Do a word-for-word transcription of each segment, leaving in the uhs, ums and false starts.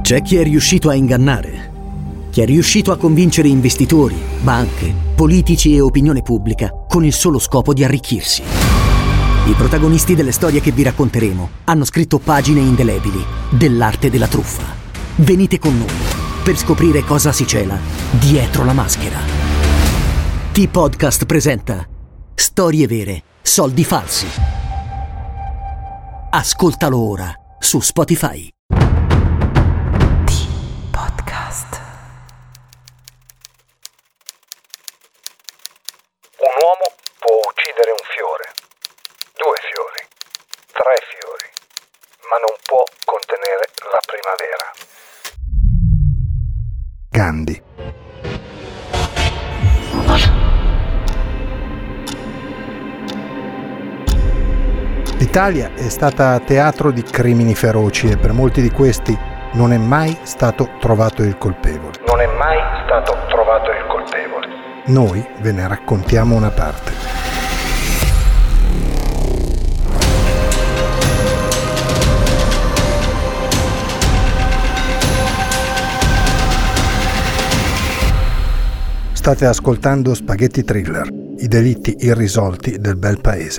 C'è chi è riuscito a ingannare, chi è riuscito a convincere investitori, banche, politici e opinione pubblica con il solo scopo di arricchirsi. I protagonisti delle storie che vi racconteremo hanno scritto pagine indelebili dell'arte della truffa. Venite con noi per scoprire cosa si cela dietro la maschera. T-Podcast presenta Storie vere, soldi falsi. Ascoltalo ora su Spotify. T-Podcast. Un uomo può uccidere un fiore, due fiori, tre fiori, ma non può contenere la primavera. Gandhi. L'Italia è stata teatro di crimini feroci e per molti di questi non è mai stato trovato il colpevole. Non è mai stato trovato il colpevole. Noi ve ne raccontiamo una parte. State ascoltando Spaghetti Thriller, i delitti irrisolti del bel paese.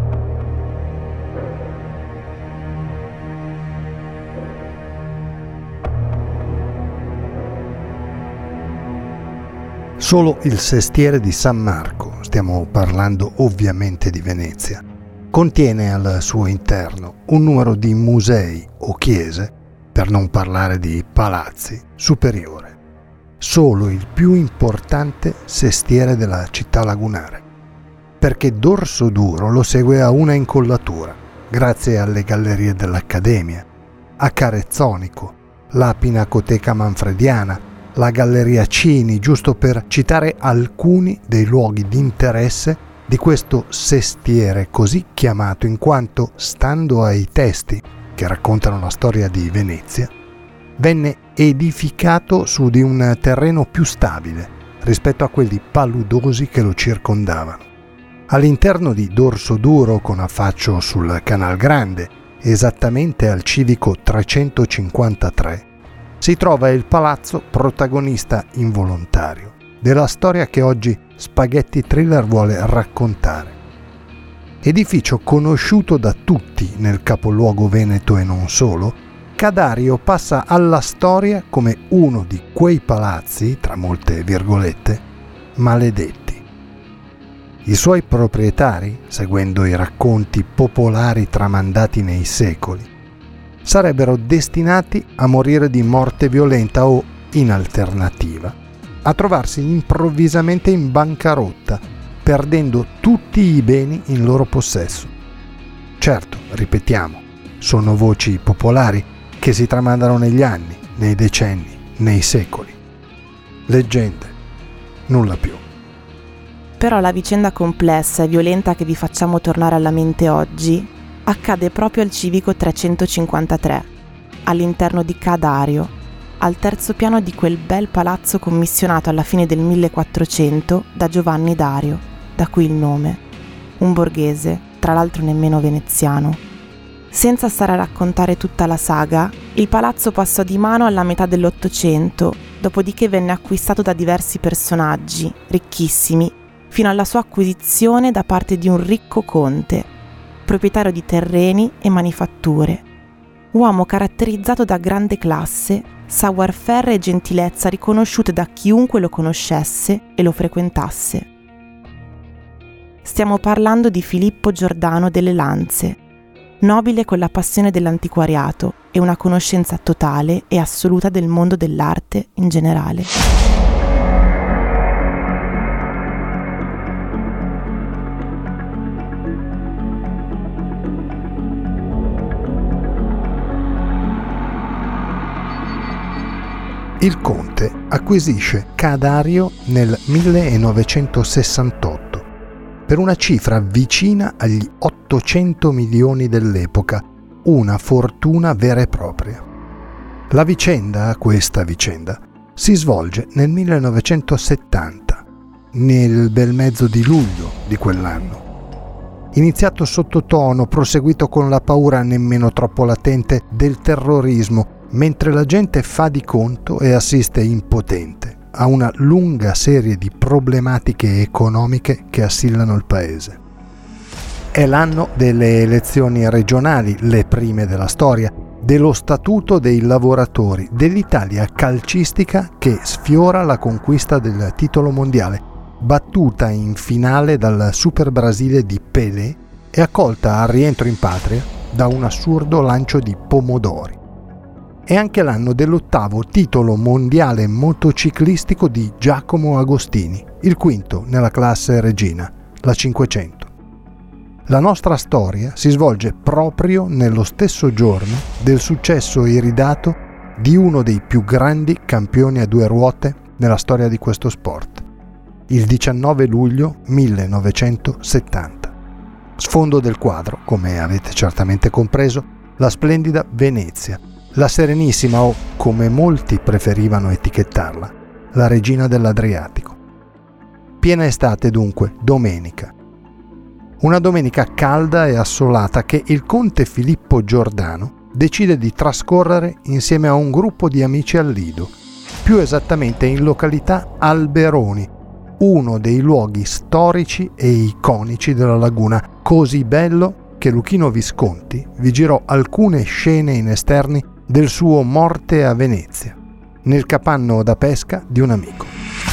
Solo il sestiere di San Marco, stiamo parlando ovviamente di Venezia, contiene al suo interno un numero di musei o chiese, per non parlare di palazzi, superiore. Solo il più importante sestiere della città lagunare, perché Dorsoduro lo segue a una incollatura, grazie alle gallerie dell'Accademia, a Carezzonico, la Pinacoteca Manfrediana, la Galleria Cini, giusto per citare alcuni dei luoghi di interesse di questo sestiere così chiamato in quanto, stando ai testi che raccontano la storia di Venezia, venne edificato su di un terreno più stabile rispetto a quelli paludosi che lo circondavano. All'interno di Dorsoduro, con affaccio sul Canal Grande, esattamente al civico trecentocinquantatré, si trova il palazzo protagonista involontario della storia che oggi Spaghetti Thriller vuole raccontare. Edificio conosciuto da tutti nel capoluogo veneto e non solo, Cadario passa alla storia come uno di quei palazzi, tra molte virgolette, maledetti. I suoi proprietari, seguendo i racconti popolari tramandati nei secoli, sarebbero destinati a morire di morte violenta o, in alternativa, a trovarsi improvvisamente in bancarotta, perdendo tutti i beni in loro possesso. Certo, ripetiamo, sono voci popolari che si tramandano negli anni, nei decenni, nei secoli. Leggende, nulla più. Però la vicenda complessa e violenta che vi facciamo tornare alla mente oggi accade proprio al civico trecentocinquantatré, all'interno di Cadario, al terzo piano di quel bel palazzo commissionato alla fine del millequattrocento da Giovanni Dario, da cui il nome, un borghese, tra l'altro nemmeno veneziano. Senza stare a raccontare tutta la saga, il palazzo passò di mano alla metà dell'Ottocento, dopodiché venne acquistato da diversi personaggi, ricchissimi, fino alla sua acquisizione da parte di un ricco conte, proprietario di terreni e manifatture, uomo caratterizzato da grande classe, savoir-faire e gentilezza riconosciute da chiunque lo conoscesse e lo frequentasse. Stiamo parlando di Filippo Giordano delle Lanze, nobile con la passione dell'antiquariato e una conoscenza totale e assoluta del mondo dell'arte in generale. Il conte acquisisce Cadario nel millenovecentosessantotto per una cifra vicina agli ottocento milioni dell'epoca, una fortuna vera e propria. La vicenda, questa vicenda, si svolge nel millenovecentosettanta, nel bel mezzo di luglio di quell'anno. Iniziato sottotono, proseguito con la paura nemmeno troppo latente del terrorismo mentre la gente fa di conto e assiste impotente a una lunga serie di problematiche economiche che assillano il paese. È l'anno delle elezioni regionali, le prime della storia, dello statuto dei lavoratori, dell'Italia calcistica che sfiora la conquista del titolo mondiale, battuta in finale dal Super Brasile di Pelé e accolta al rientro in patria da un assurdo lancio di pomodori. È anche l'anno dell'ottavo titolo mondiale motociclistico di Giacomo Agostini, il quinto nella classe regina, la cinquecento. La nostra storia si svolge proprio nello stesso giorno del successo iridato di uno dei più grandi campioni a due ruote nella storia di questo sport, il diciannove luglio millenovecentosettanta. Sfondo del quadro, come avete certamente compreso, la splendida Venezia, la Serenissima o, come molti preferivano etichettarla, la regina dell'Adriatico. Piena estate dunque, domenica. Una domenica calda e assolata che il conte Filippo Giordano decide di trascorrere insieme a un gruppo di amici al Lido, più esattamente in località Alberoni, uno dei luoghi storici e iconici della laguna, così bello che Luchino Visconti vi girò alcune scene in esterni del suo Morte a Venezia, nel capanno da pesca di un amico.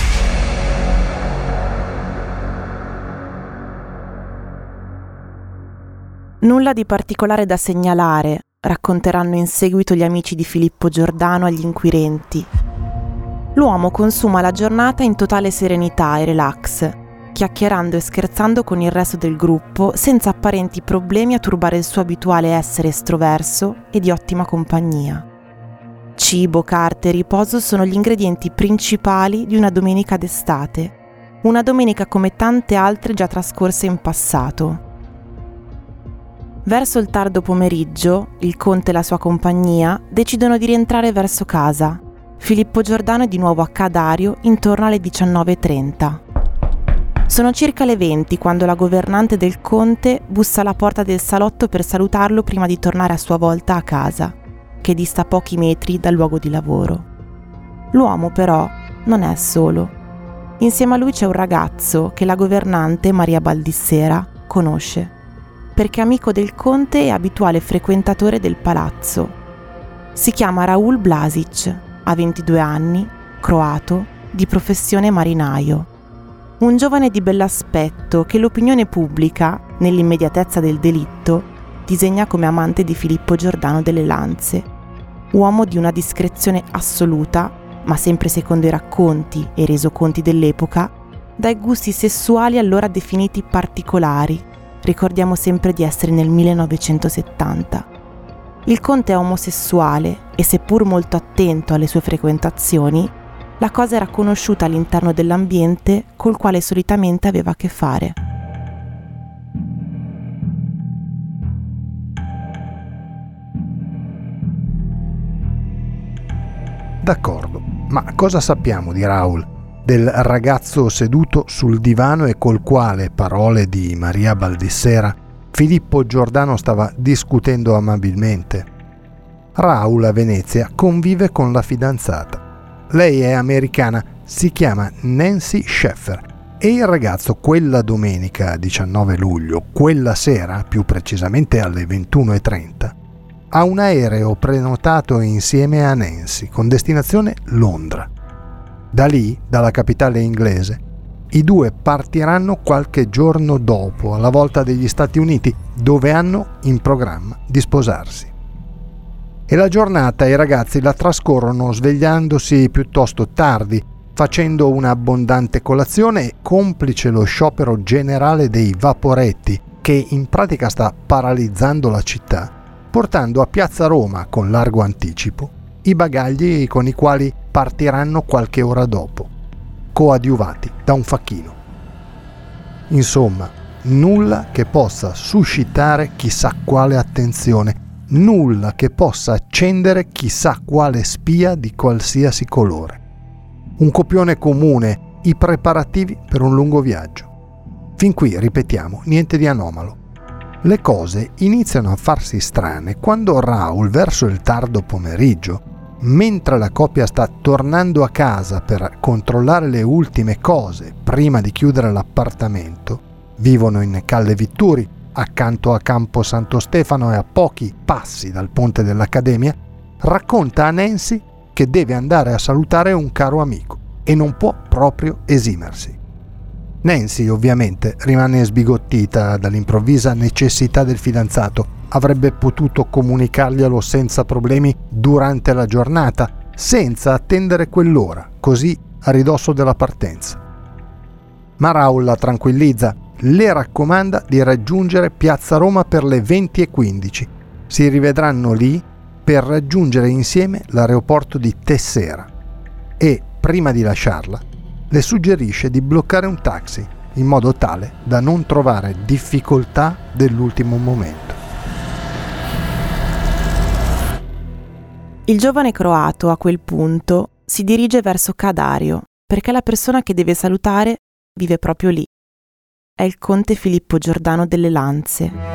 Nulla di particolare da segnalare, racconteranno in seguito gli amici di Filippo Giordano agli inquirenti. L'uomo consuma la giornata in totale serenità e relax, chiacchierando e scherzando con il resto del gruppo senza apparenti problemi a turbare il suo abituale essere estroverso e di ottima compagnia. Cibo, carte e riposo sono gli ingredienti principali di una domenica d'estate, una domenica come tante altre già trascorse in passato. Verso il tardo pomeriggio, il conte e la sua compagnia decidono di rientrare verso casa. Filippo Giordano è di nuovo a Cadario intorno alle diciannove e trenta. Sono circa le venti quando la governante del conte bussa alla porta del salotto per salutarlo prima di tornare a sua volta a casa, che dista pochi metri dal luogo di lavoro. L'uomo però non è solo. Insieme a lui c'è un ragazzo che la governante, Maria Baldissera, conosce, perché è amico del conte e abituale frequentatore del palazzo. Si chiama Raul Blasic, ha ventidue anni, croato, di professione marinaio. Un giovane di bell'aspetto che l'opinione pubblica, nell'immediatezza del delitto, disegna come amante di Filippo Giordano delle Lanze, uomo di una discrezione assoluta, ma sempre secondo i racconti e i resoconti dell'epoca, dai gusti sessuali allora definiti particolari. Ricordiamo sempre di essere nel millenovecentosettanta. Il conte è omosessuale e seppur molto attento alle sue frequentazioni, la cosa era conosciuta all'interno dell'ambiente col quale solitamente aveva a che fare. D'accordo, ma cosa sappiamo di Raul, del ragazzo seduto sul divano e col quale, parole di Maria Baldissera, Filippo Giordano stava discutendo amabilmente? Raul a Venezia convive con la fidanzata. Lei è americana, si chiama Nancy Sheffer e il ragazzo quella domenica diciannove luglio, quella sera, più precisamente alle ventuno e trenta, ha un aereo prenotato insieme a Nancy con destinazione Londra. Da lì, dalla capitale inglese, i due partiranno qualche giorno dopo, alla volta degli Stati Uniti, dove hanno in programma di sposarsi. E la giornata i ragazzi la trascorrono svegliandosi piuttosto tardi, facendo un'abbondante colazione e complice lo sciopero generale dei vaporetti, che in pratica sta paralizzando la città, portando a Piazza Roma, con largo anticipo, i bagagli con i quali partiranno qualche ora dopo, coadiuvati da un facchino. Insomma, nulla che possa suscitare chissà quale attenzione, nulla che possa accendere chissà quale spia di qualsiasi colore. Un copione comune, i preparativi per un lungo viaggio. Fin qui, ripetiamo, niente di anomalo. Le cose iniziano a farsi strane quando Raul, verso il tardo pomeriggio, mentre la coppia sta tornando a casa per controllare le ultime cose prima di chiudere l'appartamento, vivono in Calle Vitturi, accanto a Campo Santo Stefano e a pochi passi dal ponte dell'Accademia, racconta a Nancy che deve andare a salutare un caro amico e non può proprio esimersi. Nancy ovviamente rimane sbigottita dall'improvvisa necessità del fidanzato. Avrebbe potuto comunicarglielo senza problemi durante la giornata, senza attendere quell'ora, così a ridosso della partenza. Ma Raul la tranquillizza, le raccomanda di raggiungere Piazza Roma per le venti e quindici. Si rivedranno lì per raggiungere insieme l'aeroporto di Tessera e, prima di lasciarla, le suggerisce di bloccare un taxi in modo tale da non trovare difficoltà dell'ultimo momento. Il giovane croato a quel punto si dirige verso Cadario perché la persona che deve salutare vive proprio lì. È il conte Filippo Giordano delle Lanze.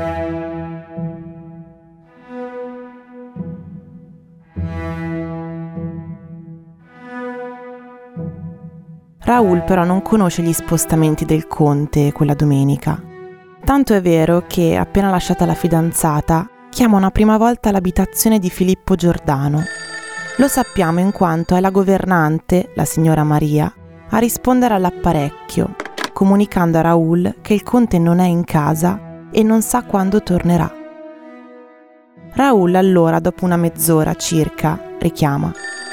Raul però non conosce gli spostamenti del conte quella domenica. Tanto è vero che, appena lasciata la fidanzata, chiama una prima volta l'abitazione di Filippo Giordano. Lo sappiamo in quanto è la governante, la signora Maria, a rispondere all'apparecchio, comunicando a Raul che il conte non è in casa e non sa quando tornerà. Raul allora, dopo una mezz'ora circa, richiama.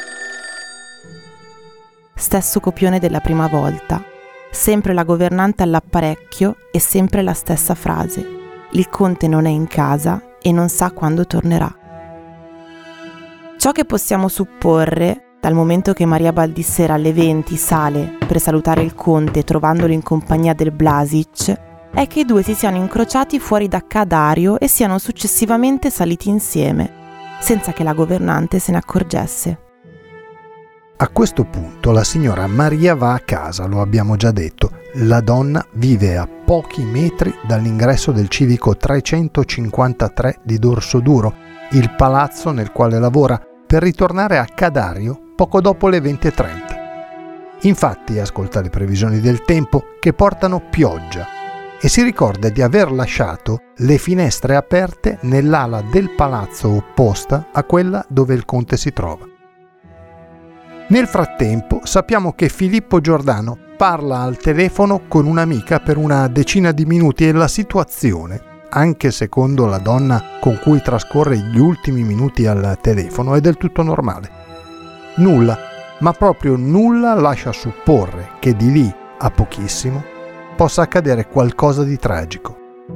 Stesso copione della prima volta, sempre la governante all'apparecchio e sempre la stessa frase: il conte non è in casa e non sa quando tornerà. Ciò che possiamo supporre, dal momento che Maria Baldissera alle venti sale per salutare il conte trovandolo in compagnia del Blasic, è che i due si siano incrociati fuori da Cadario e siano successivamente saliti insieme, senza che la governante se ne accorgesse. A questo punto la signora Maria va a casa, lo abbiamo già detto. La donna vive a pochi metri dall'ingresso del civico trecentocinquantatré di Dorsoduro, il palazzo nel quale lavora, per ritornare a Cadario poco dopo le venti e trenta. Infatti ascolta le previsioni del tempo che portano pioggia e si ricorda di aver lasciato le finestre aperte nell'ala del palazzo opposta a quella dove il conte si trova. Nel frattempo sappiamo che Filippo Giordano parla al telefono con un'amica per una decina di minuti e la situazione, anche secondo la donna con cui trascorre gli ultimi minuti al telefono, è del tutto normale. Nulla, ma proprio nulla lascia supporre che di lì a pochissimo possa accadere qualcosa di tragico.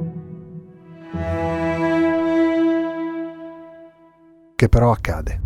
Che però accade.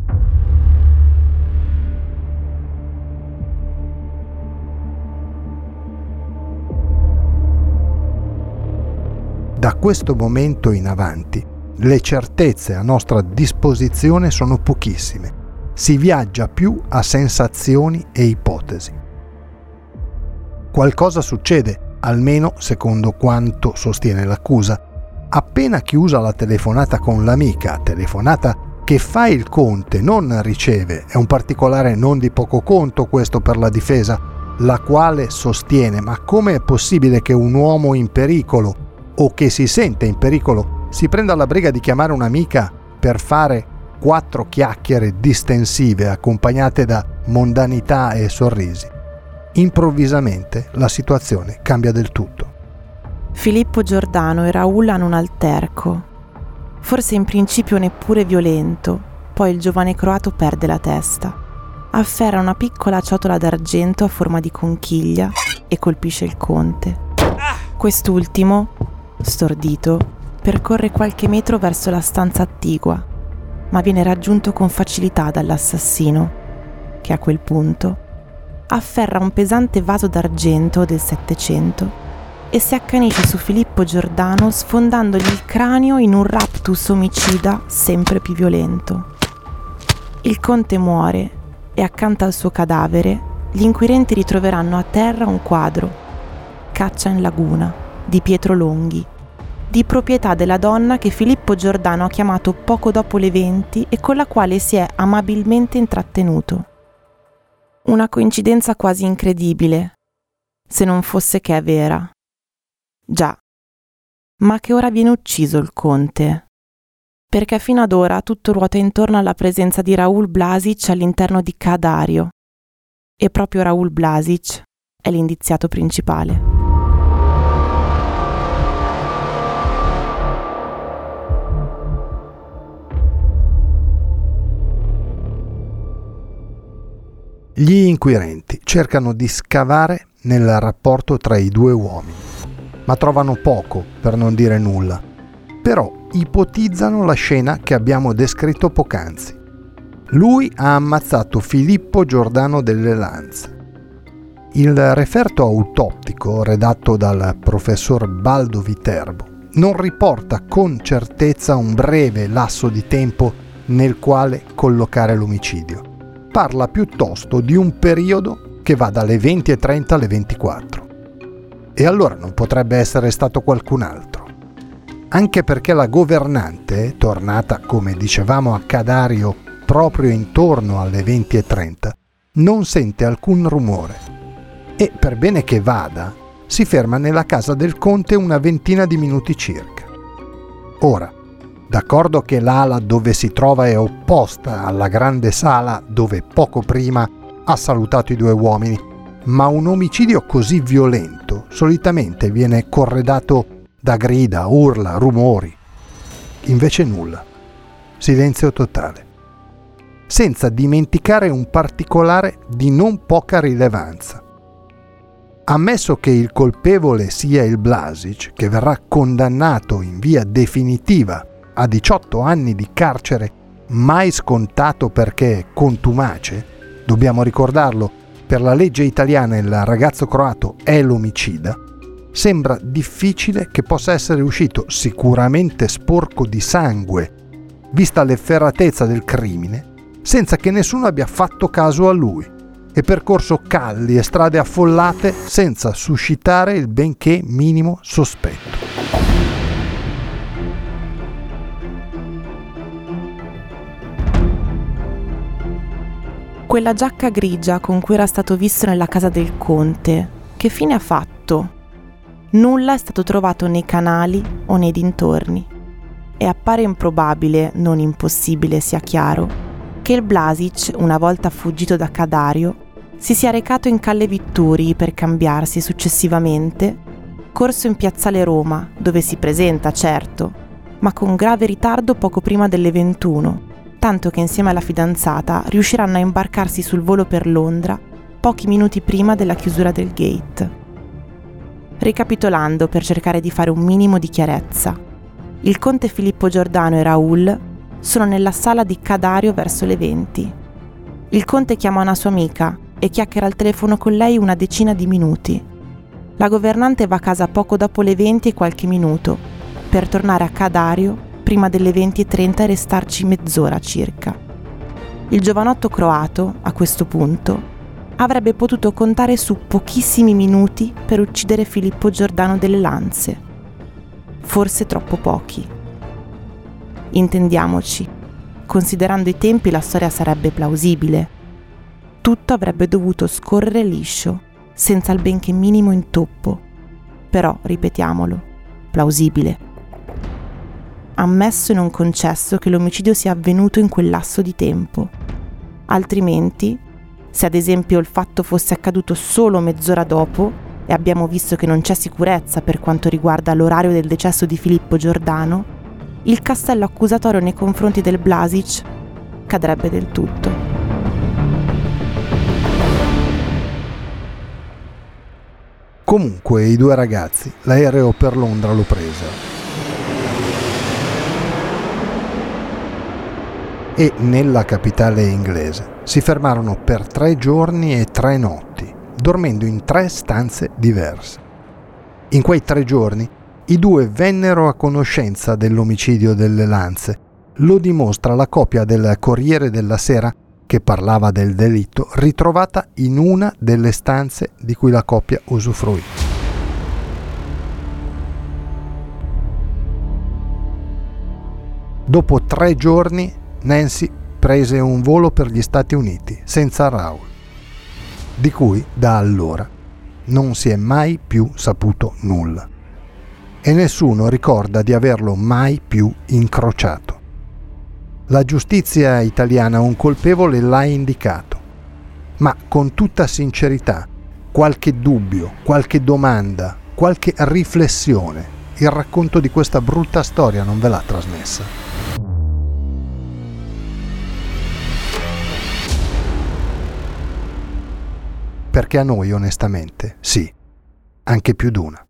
Da questo momento in avanti, le certezze a nostra disposizione sono pochissime. Si viaggia più a sensazioni e ipotesi. Qualcosa succede, almeno secondo quanto sostiene l'accusa. Appena chiusa la telefonata con l'amica, telefonata che fa il conte, non riceve, è un particolare non di poco conto questo per la difesa, la quale sostiene: ma come è possibile che un uomo in pericolo o che si sente in pericolo si prenda la briga di chiamare un'amica per fare quattro chiacchiere distensive accompagnate da mondanità e sorrisi? Improvvisamente la situazione cambia del tutto. Filippo Giordano e Raul hanno un alterco, forse in principio neppure violento, poi il giovane croato perde la testa, afferra una piccola ciotola d'argento a forma di conchiglia e colpisce il conte. Quest'ultimo, stordito, percorre qualche metro verso la stanza attigua, ma viene raggiunto con facilità dall'assassino, che a quel punto afferra un pesante vaso d'argento del Settecento e si accanisce su Filippo Giordano, sfondandogli il cranio in un raptus omicida sempre più violento. Il conte muore e accanto al suo cadavere gli inquirenti ritroveranno a terra un quadro, Caccia in laguna, di Pietro Longhi, di proprietà della donna che Filippo Giordano ha chiamato poco dopo le venti e con la quale si è amabilmente intrattenuto. Una coincidenza quasi incredibile, se non fosse che è vera. Già, ma che ora viene ucciso il conte? Perché fino ad ora tutto ruota intorno alla presenza di Raoul Blasic all'interno di Ca' Dario. E proprio Raoul Blasic è l'indiziato principale. Gli inquirenti cercano di scavare nel rapporto tra i due uomini, ma trovano poco, per non dire nulla. Però ipotizzano la scena che abbiamo descritto poc'anzi. Lui ha ammazzato Filippo Giordano delle Lanze. Il referto autoptico redatto dal professor Baldo Viterbo non riporta con certezza un breve lasso di tempo nel quale collocare l'omicidio. Parla piuttosto di un periodo che va dalle venti e trenta alle ventiquattro. E allora non potrebbe essere stato qualcun altro. Anche perché la governante, tornata come dicevamo a Ca' Dario proprio intorno alle venti e trenta, non sente alcun rumore e, per bene che vada, si ferma nella casa del conte una ventina di minuti circa. Ora, d'accordo che l'ala dove si trova è opposta alla grande sala dove poco prima ha salutato i due uomini, ma un omicidio così violento solitamente viene corredato da grida, urla, rumori. Invece nulla. Silenzio totale. Senza dimenticare un particolare di non poca rilevanza. Ammesso che il colpevole sia il Blasic, che verrà condannato in via definitiva a diciotto anni di carcere, mai scontato perché contumace, dobbiamo ricordarlo, per la legge italiana il ragazzo croato è l'omicida, sembra difficile che possa essere uscito sicuramente sporco di sangue, vista l'efferatezza del crimine, senza che nessuno abbia fatto caso a lui e percorso calli e strade affollate senza suscitare il benché minimo sospetto. Quella giacca grigia con cui era stato visto nella casa del conte, che fine ha fatto? Nulla è stato trovato nei canali o nei dintorni. E appare improbabile, non impossibile sia chiaro, che il Blasic, una volta fuggito da Ca' Dario, si sia recato in Calle Vitturii per cambiarsi successivamente, corso in Piazzale Roma, dove si presenta, certo, ma con grave ritardo poco prima delle ventuno, tanto che insieme alla fidanzata riusciranno a imbarcarsi sul volo per Londra pochi minuti prima della chiusura del gate. Ricapitolando per cercare di fare un minimo di chiarezza, il conte Filippo Giordano e Raoul sono nella sala di Ca' Dario verso le venti. Il conte chiama una sua amica e chiacchiera al telefono con lei una decina di minuti. La governante va a casa poco dopo le venti e qualche minuto, per tornare a Ca' Dario prima delle venti e trenta e restarci mezz'ora circa. Il giovanotto croato, a questo punto, avrebbe potuto contare su pochissimi minuti per uccidere Filippo Giordano delle Lanze. Forse troppo pochi. Intendiamoci, considerando i tempi la storia sarebbe plausibile. Tutto avrebbe dovuto scorrere liscio, senza il benché minimo intoppo. Però, ripetiamolo, plausibile. Ammesso e non concesso che l'omicidio sia avvenuto in quel lasso di tempo. Altrimenti, se ad esempio il fatto fosse accaduto solo mezz'ora dopo, e abbiamo visto che non c'è sicurezza per quanto riguarda l'orario del decesso di Filippo Giordano, il castello accusatorio nei confronti del Blasic cadrebbe del tutto. Comunque i due ragazzi l'aereo per Londra lo presero. E nella capitale inglese si fermarono per tre giorni e tre notti, dormendo in tre stanze diverse. In quei tre giorni i due vennero a conoscenza dell'omicidio delle Lanze. Lo dimostra la copia del Corriere della Sera che parlava del delitto, ritrovata in una delle stanze di cui la coppia usufruì. Dopo tre giorni Nancy prese un volo per gli Stati Uniti senza Raoul, di cui da allora non si è mai più saputo nulla e nessuno ricorda di averlo mai più incrociato. La giustizia italiana un colpevole l'ha indicato, ma con tutta sincerità, qualche dubbio, qualche domanda, qualche riflessione, il racconto di questa brutta storia non ve l'ha trasmessa. Perché a noi, onestamente, sì, anche più d'una.